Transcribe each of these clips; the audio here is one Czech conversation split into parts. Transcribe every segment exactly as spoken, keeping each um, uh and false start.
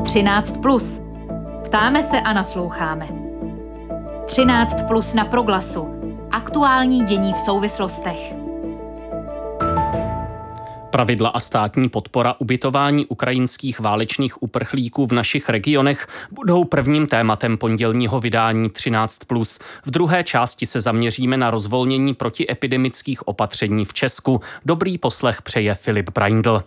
třináct plus. Ptáme se a nasloucháme. třináct plus na Proglasu. Aktuální dění v souvislostech. Pravidla a státní podpora ubytování ukrajinských válečných uprchlíků v našich regionech budou prvním tématem pondělního vydání třináct plus. V druhé části se zaměříme na rozvolnění protiepidemických opatření v Česku. Dobrý poslech přeje Filip Braindl.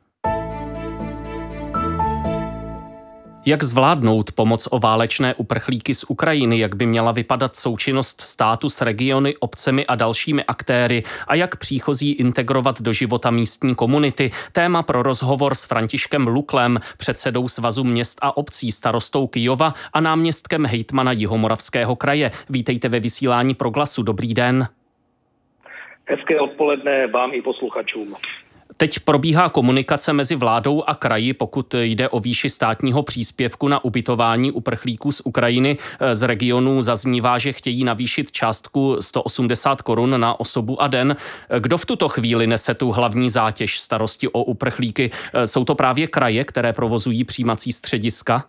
Jak zvládnout pomoc o válečné uprchlíky z Ukrajiny, jak by měla vypadat součinnost státu s regiony, obcemi a dalšími aktéry a jak příchozí integrovat do života místní komunity. Téma pro rozhovor s Františkem Luklem, předsedou Svazu měst a obcí, starostou Kyjova a náměstkem hejtmana Jihomoravského kraje. Vítejte ve vysílání Proglasu. Dobrý den. Hezké odpoledne vám i posluchačům. Teď probíhá komunikace mezi vládou a kraji, pokud jde o výši státního příspěvku na ubytování uprchlíků z Ukrajiny. Z regionu zaznívá, že chtějí navýšit částku sto osmdesát korun na osobu a den. Kdo v tuto chvíli nese tu hlavní zátěž starosti o uprchlíky? Jsou to právě kraje, které provozují přijímací střediska?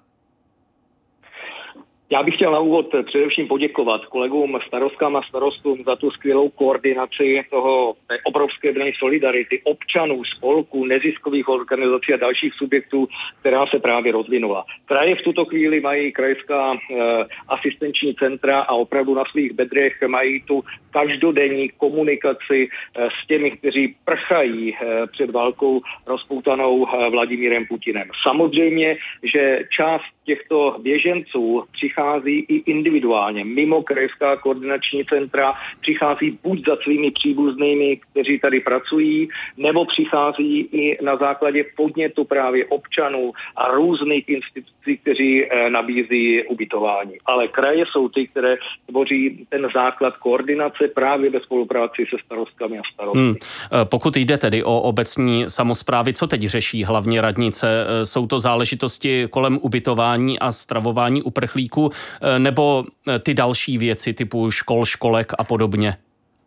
Já bych chtěl na úvod především poděkovat kolegům starostkám a starostům za tu skvělou koordinaci toho obrovské vlny solidarity občanů, spolků, neziskových organizací a dalších subjektů, která se právě rozvinula. Kraje v tuto chvíli mají krajská e, asistenční centra a opravdu na svých bedrech mají tu každodenní komunikaci e, s těmi, kteří prchají e, před válkou rozpoutanou e, Vladimírem Putinem. Samozřejmě, že část těchto běženců přichází i individuálně. Mimo krajská koordinační centra přichází buď za svými příbuznými, kteří tady pracují, nebo přichází i na základě podnětu právě občanů a různých institucí, kteří eh, nabízí ubytování. Ale kraje jsou ty, které tvoří ten základ koordinace právě ve spolupráci se starostkami a starosty. Hmm. Pokud jde tedy o obecní samosprávy, co teď řeší hlavně radnice? Jsou to záležitosti kolem ubytování a stravování uprchlíků, nebo ty další věci typu škol, školek a podobně?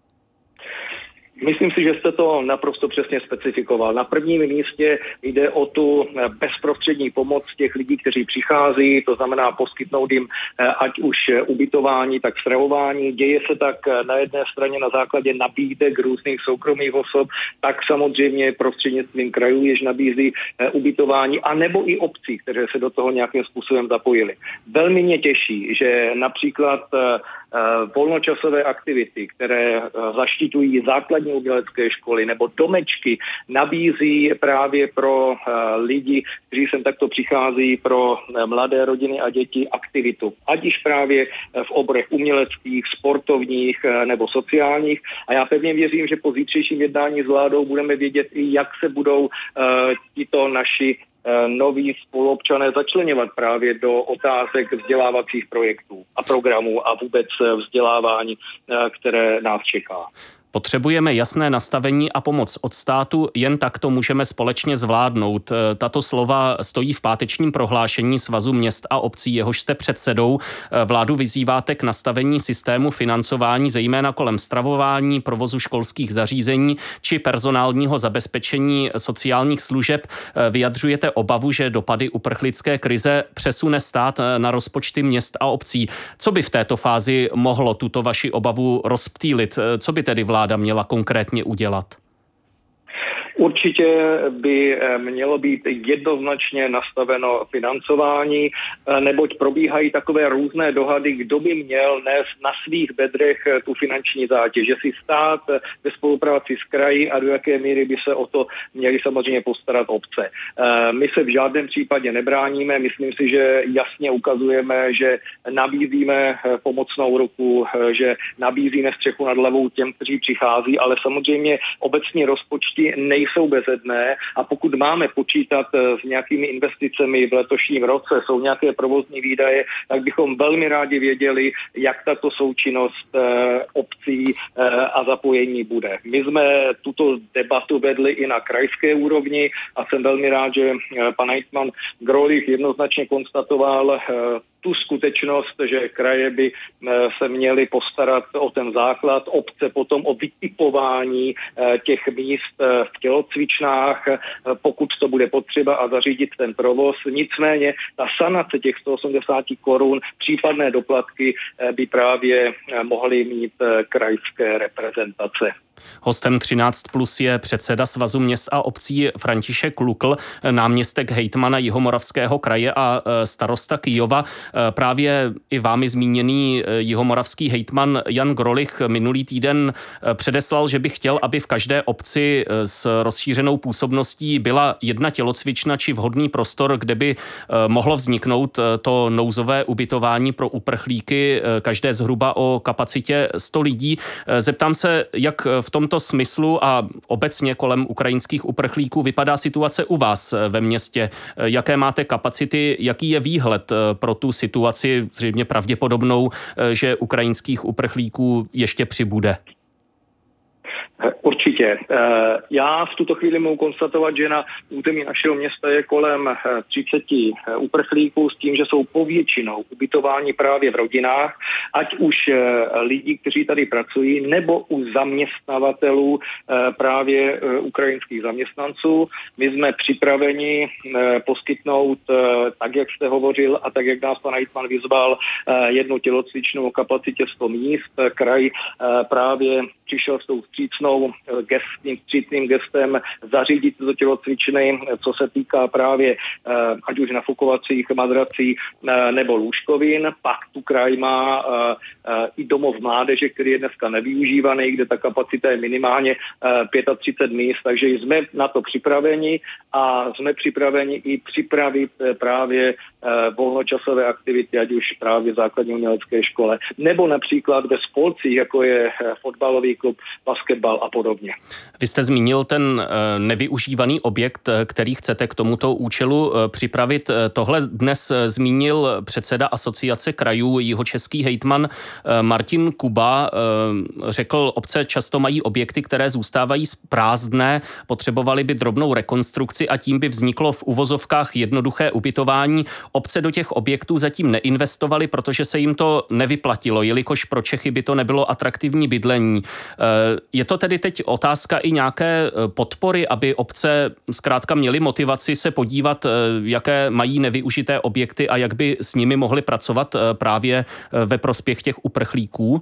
Myslím si, že jste to naprosto přesně specifikoval. Na prvním místě jde o tu bezprostřední pomoc těch lidí, kteří přichází, to znamená poskytnout jim ať už ubytování, tak stravování. Děje se tak na jedné straně na základě nabídek různých soukromých osob, tak samozřejmě prostřednictvím krajů, jež nabízí ubytování, anebo i obcí, které se do toho nějakým způsobem zapojily. Velmi mě těší, že například volnočasové aktivity, které zaštiťují základní umělecké školy nebo domečky, nabízí právě pro lidi, kteří sem takto přichází, pro mladé rodiny a děti aktivitu. Ať již právě v oborech uměleckých, sportovních nebo sociálních. A já pevně věřím, že po zítřejším jednání s vládou budeme vědět i, jak se budou tito naši noví spoluobčané začleňovat právě do otázek vzdělávacích projektů a programů a vůbec vzdělávání, které nás čeká. Potřebujeme jasné nastavení a pomoc od státu, jen tak to můžeme společně zvládnout. Tato slova stojí v pátečním prohlášení Svazu měst a obcí, jehož jste předsedou. Vládu vyzýváte k nastavení systému financování, zejména kolem stravování, provozu školských zařízení či personálního zabezpečení sociálních služeb. Vyjadřujete obavu, že dopady uprchlické krize přesune stát na rozpočty měst a obcí. Co by v této fázi mohlo tuto vaši obavu rozptýlit? Co by tedy vláda měla konkrétně udělat? Určitě by mělo být jednoznačně nastaveno financování, neboť probíhají takové různé dohady, kdo by měl nést na svých bedrech tu finanční zátěž. Že si stát ve spolupráci s kraji a do jaké míry by se o to měli samozřejmě postarat obce. My se v žádném případě nebráníme, myslím si, že jasně ukazujeme, že nabízíme pomocnou ruku, že nabízíme střechu nad hlavou těm, kteří přichází, ale samozřejmě obecní rozpočty nejsou jsou bezedné a pokud máme počítat s nějakými investicemi v letošním roce, jsou nějaké provozní výdaje, tak bychom velmi rádi věděli, jak tato součinnost obcí a zapojení bude. My jsme tuto debatu vedli i na krajské úrovni a jsem velmi rád, že pan hejtman Grolich jednoznačně konstatoval tu skutečnost, že kraje by se měly postarat o ten základ, obce potom o vytipování těch míst v tělocvičnách, pokud to bude potřeba, a zařídit ten provoz. Nicméně ta sanace těch sto osmdesát korun, případné doplatky by právě mohly mít krajské reprezentace. Hostem třináct plus je předseda Svazu měst a obcí František Lukl, náměstek hejtmana Jihomoravského kraje a starosta Kyjova. Právě i vámi zmíněný jihomoravský hejtman Jan Grolich minulý týden předeslal, že by chtěl, aby v každé obci s rozšířenou působností byla jedna tělocvična či vhodný prostor, kde by mohlo vzniknout to nouzové ubytování pro uprchlíky, každé zhruba o kapacitě sto lidí. Zeptám se, jak v tomto smyslu a obecně kolem ukrajinských uprchlíků vypadá situace u vás ve městě. Jaké máte kapacity, jaký je výhled pro tu situaci, zřejmě pravděpodobnou, že ukrajinských uprchlíků ještě přibude? Určitě. Já v tuto chvíli mohu konstatovat, že na území našeho města je kolem třicet uprchlíků s tím, že jsou povětšinou ubytováni právě v rodinách, ať už lidí, kteří tady pracují, nebo u zaměstnavatelů právě ukrajinských zaměstnanců. My jsme připraveni poskytnout, tak jak jste hovořil a tak jak nás pan hejtman vyzval, jednu tělocvičnu o kapacitě sto míst. Kraj právě přišel s tou vstřícnou gestním, vstřícným gestem zařídit do tělocvičny, co se týká právě ať už nafukovacích madrací nebo lůžkovin. Pak tu kraj má i domov mládeže, který je dneska nevyužívaný, kde ta kapacita je minimálně třicet pět míst, takže jsme na to připraveni a jsme připraveni i připravit právě volnočasové aktivity, ať už právě v základní umělecké škole, nebo například ve spolcích, jako je fotbalový klub, basketbal a podobně. Vy jste zmínil ten nevyužívaný objekt, který chcete k tomuto účelu připravit. Tohle dnes zmínil předseda Asociace krajů jihočeský hejtman Martin Kuba. Řekl, obce často mají objekty, které zůstávají prázdné, potřebovaly by drobnou rekonstrukci a tím by vzniklo v uvozovkách jednoduché ubytování. Obce do těch objektů zatím neinvestovaly, protože se jim to nevyplatilo, jelikož pro Čechy by to nebylo atraktivní bydlení. Je to tedy teď otázka i nějaké podpory, aby obce zkrátka měly motivaci se podívat, jaké mají nevyužité objekty a jak by s nimi mohly pracovat právě ve prospěch těch uprchlíků?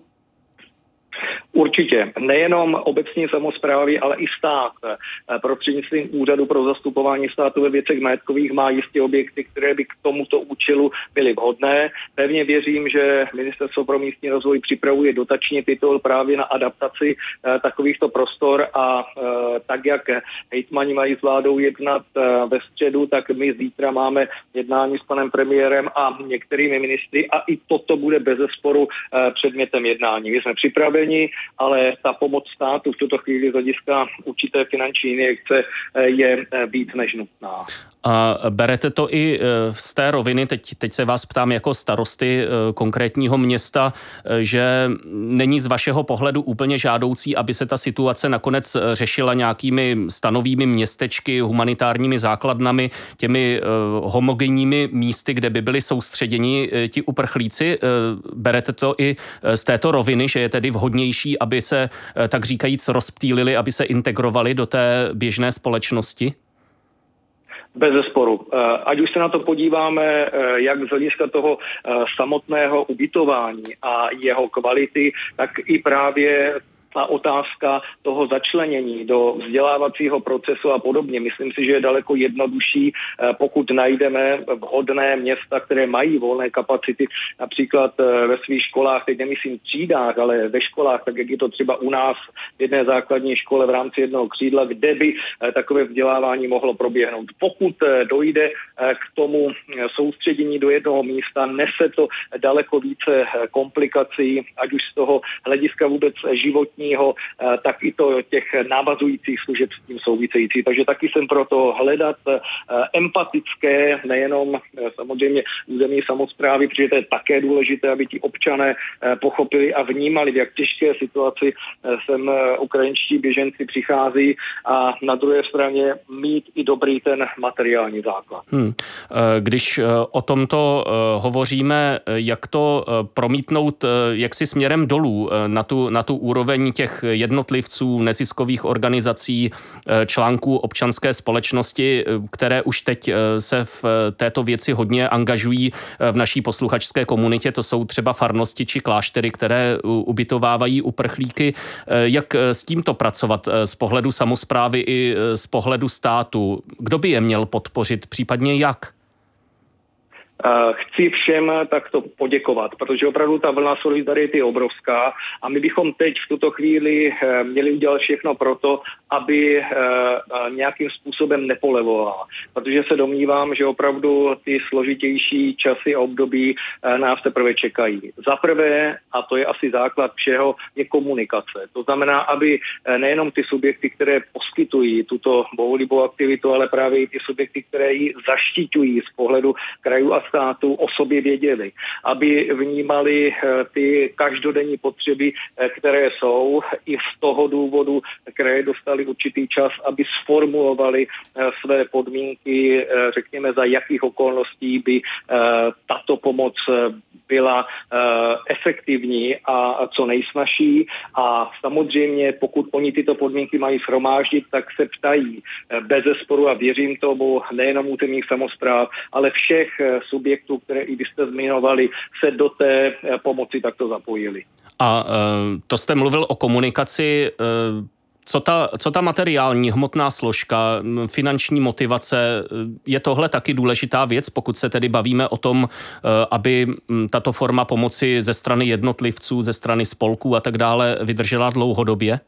Určitě. Nejenom obecní samosprávy, ale i stát. Prostřednictvím Úřadu pro zastupování státu ve věcech majetkových má jistě objekty, které by k tomuto účelu byly vhodné. Pevně věřím, že Ministerstvo pro místní rozvoj připravuje dotační titul právě na adaptaci eh, takovýchto prostor a eh, tak, jak hejtmani mají s vládou jednat eh, ve středu, tak my zítra máme jednání s panem premiérem a některými ministry a i toto bude bezesporu eh, předmětem jednání. My jsme připraveni, ale ta pomoc státu v tuto chvíli z hlediska určité finanční injekce je víc než nutná. A berete to i z té roviny, teď, teď se vás ptám jako starosty konkrétního města, že není z vašeho pohledu úplně žádoucí, aby se ta situace nakonec řešila nějakými stanovými městečky, humanitárními základnami, těmi homogenními místy, kde by byli soustředěni ti uprchlíci. Berete to i z této roviny, že je tedy vhodnější, aby se tak říkajíc rozptýlili, aby se integrovali do té běžné společnosti? Bezesporu. Ať už se na to podíváme, jak z hlediska toho samotného ubytování a jeho kvality, tak i právě ta otázka toho začlenění do vzdělávacího procesu a podobně. Myslím si, že je daleko jednodušší, pokud najdeme vhodné města, které mají volné kapacity, například ve svých školách, teď nemyslím třídách, ale ve školách, tak jak je to třeba u nás v jedné základní škole v rámci jednoho křídla, kde by takové vzdělávání mohlo proběhnout. Pokud dojde k tomu soustředění do jednoho místa, nese to daleko více komplikací, ať už z toho hlediska vůbec životní zdravotního, tak i to těch navazujících služeb s tím související. Takže taky jsem proto hledat empatické, nejenom samozřejmě územní samosprávy, protože to je také důležité, aby ti občané pochopili a vnímali, v jak těžké situaci sem ukrajinští běženci přichází, a na druhé straně mít i dobrý ten materiální základ. Hmm. Když o tomto hovoříme, jak to promítnout jaksi směrem dolů na tu, na tu úroveň těch jednotlivců, neziskových organizací, článků občanské společnosti, které už teď se v této věci hodně angažují v naší posluchačské komunitě, to jsou třeba farnosti či kláštery, které ubytovávají uprchlíky. Jak s tímto pracovat z pohledu samosprávy i z pohledu státu? Kdo by je měl podpořit, případně jak? Chci všem takto poděkovat, protože opravdu ta vlna solidarity je obrovská a my bychom teď v tuto chvíli měli udělat všechno proto, aby nějakým způsobem nepolevovala. Protože se domnívám, že opravdu ty složitější časy a období nás teprve čekají. Za prvé, a to je asi základ všeho, je komunikace. To znamená, aby nejenom ty subjekty, které poskytují tuto bohulibou aktivitu, ale právě i ty subjekty, které ji zaštiťují z pohledu krajů a státu, o sobě věděli, aby vnímali ty každodenní potřeby, které jsou, i z toho důvodu, které dostali určitý čas, aby sformulovali své podmínky, řekněme, za jakých okolností by tato pomoc byla efektivní a co nejsnažší. A samozřejmě, pokud oni tyto podmínky mají shromáždit, tak se ptají bezesporu, a věřím tomu, nejenom územních samospráv, ale všech subjektů, které i vy jste zmiňovali, se do té pomoci takto zapojili. A to jste mluvil o komunikaci. Co ta, co ta materiální, hmotná složka, finanční motivace, je tohle taky důležitá věc, pokud se tedy bavíme o tom, aby tato forma pomoci ze strany jednotlivců, ze strany spolků a tak dále vydržela dlouhodobě?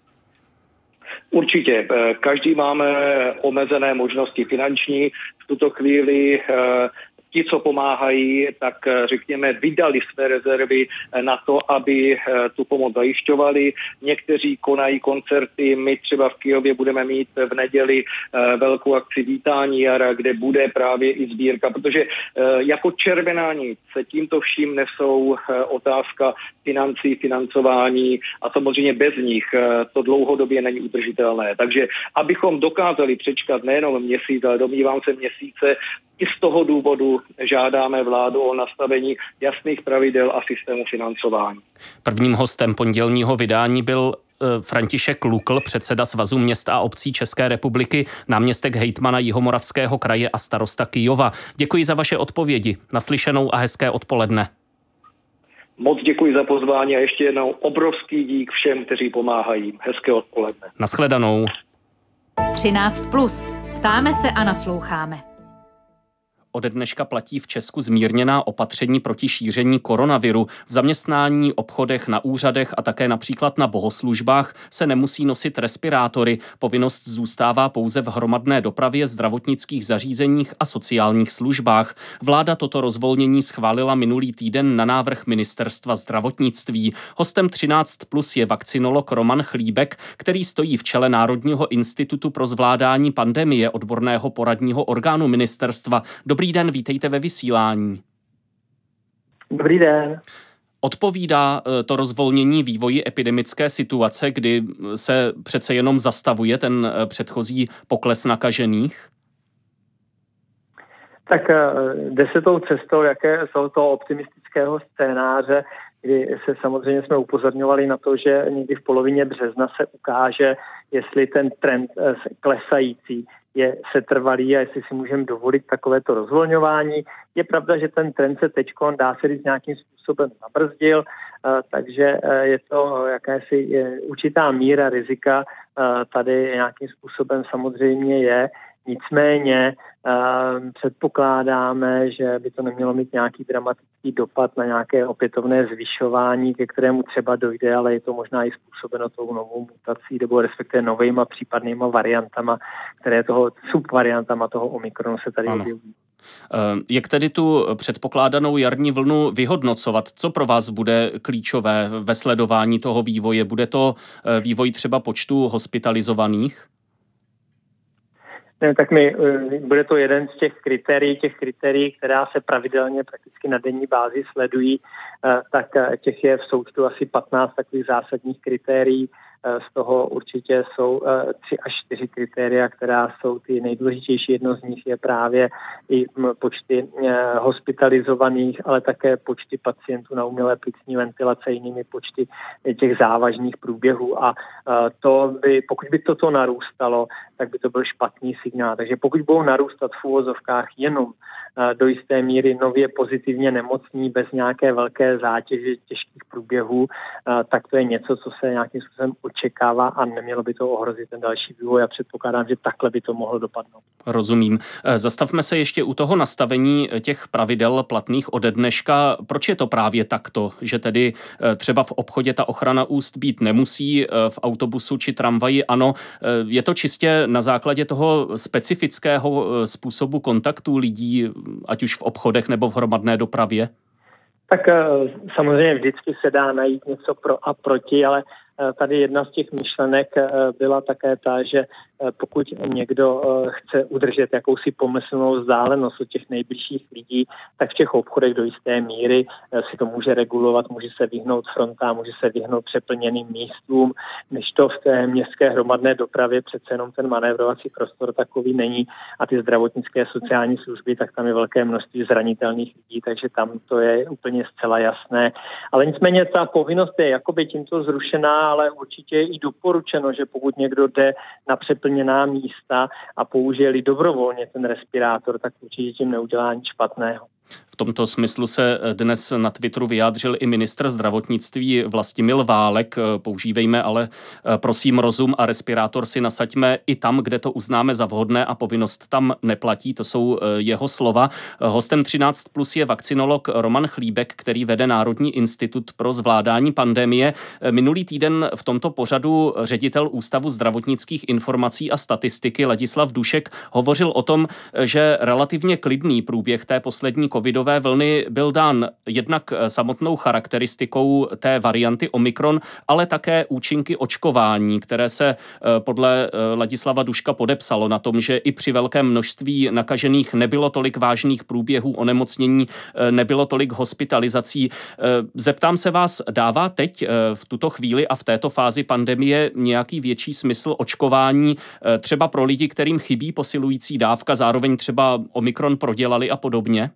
Určitě. Každý máme omezené možnosti finanční. V tuto chvíli ti, co pomáhají, tak řekněme vydali své rezervy na to, aby tu pomoc zajišťovali. Někteří konají koncerty, my třeba v Kyjově budeme mít v neděli velkou akci Vítání jara, kde bude právě i sbírka, protože jako červená nit se tímto vším nesou otázka financí, financování a samozřejmě bez nich to dlouhodobě není udržitelné. Takže abychom dokázali přečkat nejenom měsíc, ale domnívám se měsíce, i z toho důvodu žádáme vládu o nastavení jasných pravidel a systému financování. Prvním hostem pondělního vydání byl František Lukl, předseda Svazu měst a obcí České republiky, náměstek hejtmana Jihomoravského kraje a starosta Kyjova. Děkuji za vaše odpovědi. Naslyšenou a hezké odpoledne. Moc děkuji za pozvání a ještě jednou obrovský dík všem, kteří pomáhají. Hezké odpoledne. Nashledanou. třináct plus. Ptáme se a nasloucháme. Ode dneška platí v Česku zmírněná opatření proti šíření koronaviru. V zaměstnání, obchodech, na úřadech a také například na bohoslužbách se nemusí nosit respirátory. Povinnost zůstává pouze v hromadné dopravě, zdravotnických zařízeních a sociálních službách. Vláda toto rozvolnění schválila minulý týden na návrh Ministerstva zdravotnictví. Hostem třináct plus je vakcinolog Roman Chlíbek, který stojí v čele Národního institutu pro zvládání pandemie, odborného poradního orgánu ministerstva. Dobrý den, vítejte ve vysílání. Dobrý den. Odpovídá to rozvolnění vývoji epidemické situace, kdy se přece jenom zastavuje ten předchozí pokles nakažených? Tak jde se tou cestou, jaké jsou toho optimistického scénáře, kdy se samozřejmě jsme upozorňovali na to, že někdy v polovině března se ukáže, jestli ten trend klesající je setrvalý a jestli si můžeme dovolit takovéto rozvolňování. Je pravda, že ten trend se teďkon, dá se říct, nějakým způsobem zabrzdil, takže je to jakési je určitá míra rizika tady nějakým způsobem samozřejmě je. Nicméně uh, předpokládáme, že by to nemělo mít nějaký dramatický dopad na nějaké opětovné zvyšování, ke kterému třeba dojde, ale je to možná i způsobeno tou novou mutací, nebo respektive novejma případnýma variantama, které toho, subvariantama toho Omikronu se tady objevují. Jak tedy tu předpokládanou jarní vlnu vyhodnocovat? Co pro vás bude klíčové ve sledování toho vývoje? Bude to vývoj třeba počtu hospitalizovaných? Ne, tak my, bude to jeden z těch kritérií, těch kritérií, která se pravidelně prakticky na denní bázi sledují, tak těch je v součtu asi patnáct takových zásadních kritérií. Z toho určitě jsou tři až čtyři kritéria, která jsou ty nejdůležitější. Jedno z nich je právě i počty hospitalizovaných, ale také počty pacientů na umělé plicní ventilace, jinými počty těch závažných průběhů. A to by, pokud by toto narůstalo, tak by to byl špatný signál. Takže pokud budou narůstat v úvozovkách jenom do jisté míry nově pozitivně nemocní, bez nějaké velké zátěže těžkých průběhů, tak to je něco, co se nějakým způsobem očekává a nemělo by to ohrozit ten další vývoj. Já předpokládám, že takhle by to mohlo dopadnout. Rozumím. Zastavme se ještě u toho nastavení těch pravidel platných ode dneška. Proč je to právě takto, že tedy třeba v obchodě ta ochrana úst být nemusí, v autobusu či tramvaji ano? Je to čistě na základě toho specifického způsobu kontaktů lidí, ať už v obchodech nebo v hromadné dopravě? Tak samozřejmě vždycky se dá najít něco pro a proti, ale tady jedna z těch myšlenek byla také ta, že pokud někdo chce udržet jakousi pomyslnou vzdálenost od těch nejbližších lidí, tak v těch obchodech do jisté míry si to může regulovat, může se vyhnout frontám, může se vyhnout přeplněným místům, než to v té městské hromadné dopravě přece jenom ten manévrovací prostor takový není a ty zdravotnické sociální služby, tak tam je velké množství zranitelných lidí, takže tam to je úplně zcela jasné. Ale nicméně ta povinnost je jakoby tímto zrušená, ale určitě je i doporučeno, že pokud někdo jde na přeplněná místa a použije-li dobrovolně ten respirátor, tak určitě tím neudělá nic špatného. V tomto smyslu se dnes na Twitteru vyjádřil i ministr zdravotnictví Vlastimil Válek. Používejme ale prosím rozum a respirátor si nasaďme i tam, kde to uznáme za vhodné a povinnost tam neplatí. To jsou jeho slova. Hostem třináct plus je vakcinolog Roman Chlíbek, který vede Národní institut pro zvládání pandemie. Minulý týden v tomto pořadu ředitel Ústavu zdravotnických informací a statistiky Ladislav Dušek hovořil o tom, že relativně klidný průběh té poslední covidové vlny byl dán jednak samotnou charakteristikou té varianty Omikron, ale také účinky očkování, které se podle Ladislava Duška podepsalo na tom, že i při velkém množství nakažených nebylo tolik vážných průběhů onemocnění, nebylo tolik hospitalizací. Zeptám se vás, dává teď v tuto chvíli a v této fázi pandemie nějaký větší smysl očkování třeba pro lidi, kterým chybí posilující dávka, zároveň třeba Omikron prodělali a podobně?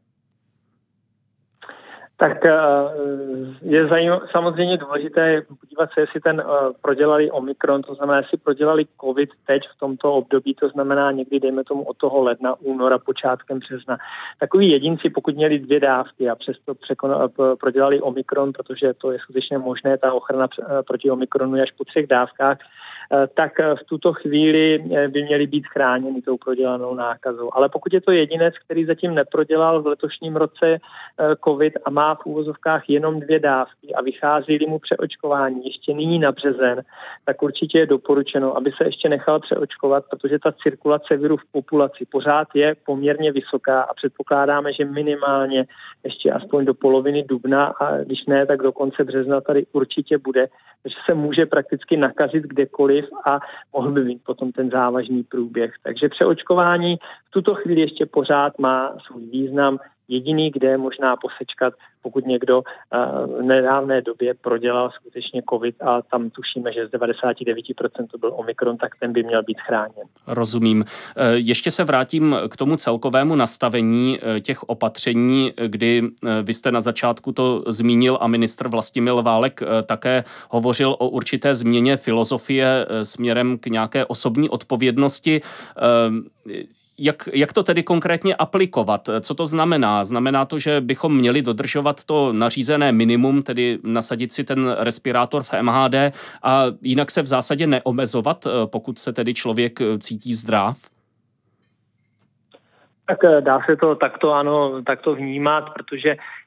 Tak je zajímavé, samozřejmě důležité podívat se, jestli ten prodělali Omikron, to znamená, jestli prodělali COVID teď v tomto období, to znamená někdy, dejme tomu od toho ledna, února, počátkem března. Takoví jedinci, pokud měli dvě dávky a přesto překon, prodělali Omikron, protože to je skutečně možné, ta ochrana proti Omikronu je až po třech dávkách, tak v tuto chvíli by měli být chráněni tou prodělanou nákazou. Ale pokud je to jedinec, který zatím neprodělal v letošním roce COVID a má v úvozovkách jenom dvě dávky a vychází mu přeočkování ještě nyní na březen, tak určitě je doporučeno, aby se ještě nechal přeočkovat, protože ta cirkulace viru v populaci pořád je poměrně vysoká a předpokládáme, že minimálně ještě aspoň do poloviny dubna a když ne, tak do konce března tady určitě bude, takže se může prakticky nakazit kdekoliv a mohl by být potom ten závažný průběh. Takže přeočkování v tuto chvíli ještě pořád má svůj význam. Jediný, kde je možná posečkat, pokud někdo v nedávné době prodělal skutečně COVID a tam tušíme, že z devadesát devět procent to byl Omikron, tak ten by měl být chráněn. Rozumím. Ještě se vrátím k tomu celkovému nastavení těch opatření, kdy vy jste na začátku to zmínil a ministr Vlastimil Válek také hovořil o určité změně filozofie směrem k nějaké osobní odpovědnosti. Jak, jak to tedy konkrétně aplikovat? Co to znamená? Znamená to, že bychom měli dodržovat to nařízené minimum, tedy nasadit si ten respirátor v M H D a jinak se v zásadě neomezovat, pokud se tedy člověk cítí zdrav? Tak dá se to takto, ano, takto vnímat, protože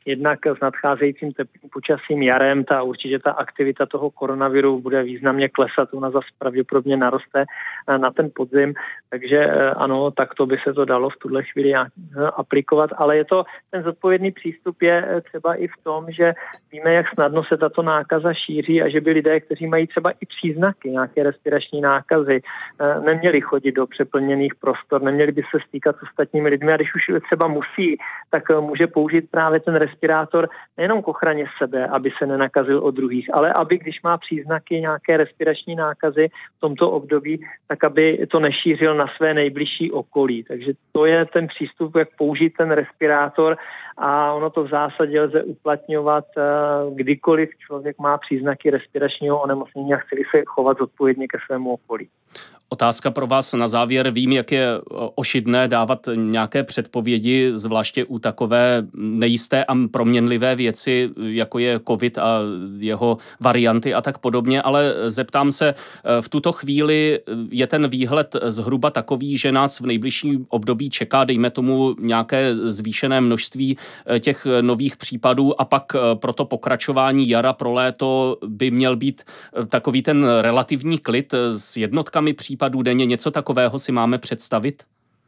jednak s nadcházejícím teplým počasím jarem, ta určitě ta aktivita toho koronaviru bude významně klesat, ona zase pravděpodobně naroste na ten podzim, takže ano, takto by se to dalo v tuhle chvíli aplikovat, ale je to, ten zodpovědný přístup je třeba i v tom, že víme, jak snadno se tato nákaza šíří a že by lidé, kteří mají třeba i příznaky nějaké respirační nákazy, neměli chodit do přeplněných prostor, neměli by se stýkat s ostatními lidmi a když už třeba musí, tak může použít právě ten respirátor nejenom k ochraně sebe, aby se nenakazil od druhých, ale aby, když má příznaky nějaké respirační nákazy v tomto období, tak aby to nešířil na své nejbližší okolí. Takže to je ten přístup, jak použít ten respirátor a ono to v zásadě lze uplatňovat, kdykoliv člověk má příznaky respiračního onemocnění a chce se chovat zodpovědně ke svému okolí. Otázka pro vás na závěr. Vím, jak je ošidné dávat nějaké předpovědi, zvláště u takové nejisté a proměnlivé věci, jako je covid a jeho varianty a tak podobně, ale zeptám se, v tuto chvíli je ten výhled zhruba takový, že nás v nejbližším období čeká, dejme tomu, nějaké zvýšené množství těch nových případů a pak pro to pokračování jara pro léto by měl být takový ten relativní klid s jednotkami případů denně. Něco takového si máme představit?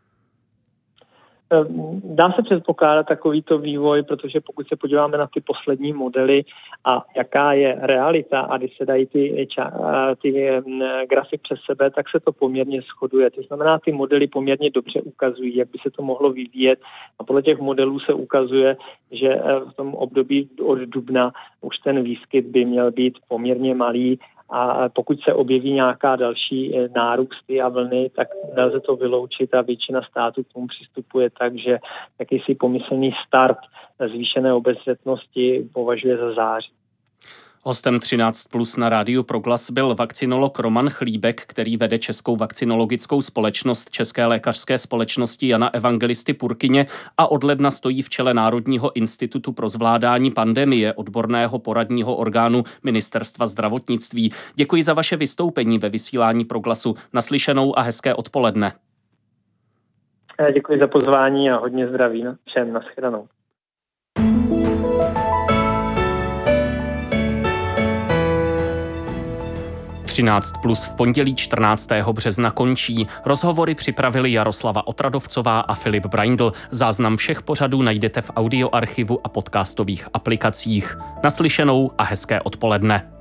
Dá se předpokládat takovýto vývoj, protože pokud se podíváme na ty poslední modely a jaká je realita a když se dají ty, ty grafy přes sebe, tak se to poměrně shoduje. To znamená, ty modely poměrně dobře ukazují, jak by se to mohlo vyvíjet a podle těch modelů se ukazuje, že v tom období od dubna už ten výskyt by měl být poměrně malý. A pokud se objeví nějaká další nárůsty a vlny, tak nelze to vyloučit a většina států k tomu přistupuje tak, že jakýsi pomyslný start zvýšené obezřetnosti považuje za září. Hostem třináct plus na Rádiu Proglas byl vakcinolog Roman Chlíbek, který vede Českou vakcinologickou společnost České lékařské společnosti Jana Evangelisty Purkyně a od ledna stojí v čele Národního institutu pro zvládání pandemie, odborného poradního orgánu Ministerstva zdravotnictví. Děkuji za vaše vystoupení ve vysílání Proglasu. Naslyšenou a hezké odpoledne. Děkuji za pozvání a hodně zdraví všem. Nashledanou. třináct plus v pondělí čtrnáctého března končí. Rozhovory připravili Jaroslava Otradovcová a Filip Braindl. Záznam všech pořadů najdete v audioarchivu a podcastových aplikacích. Naslyšenou a hezké odpoledne.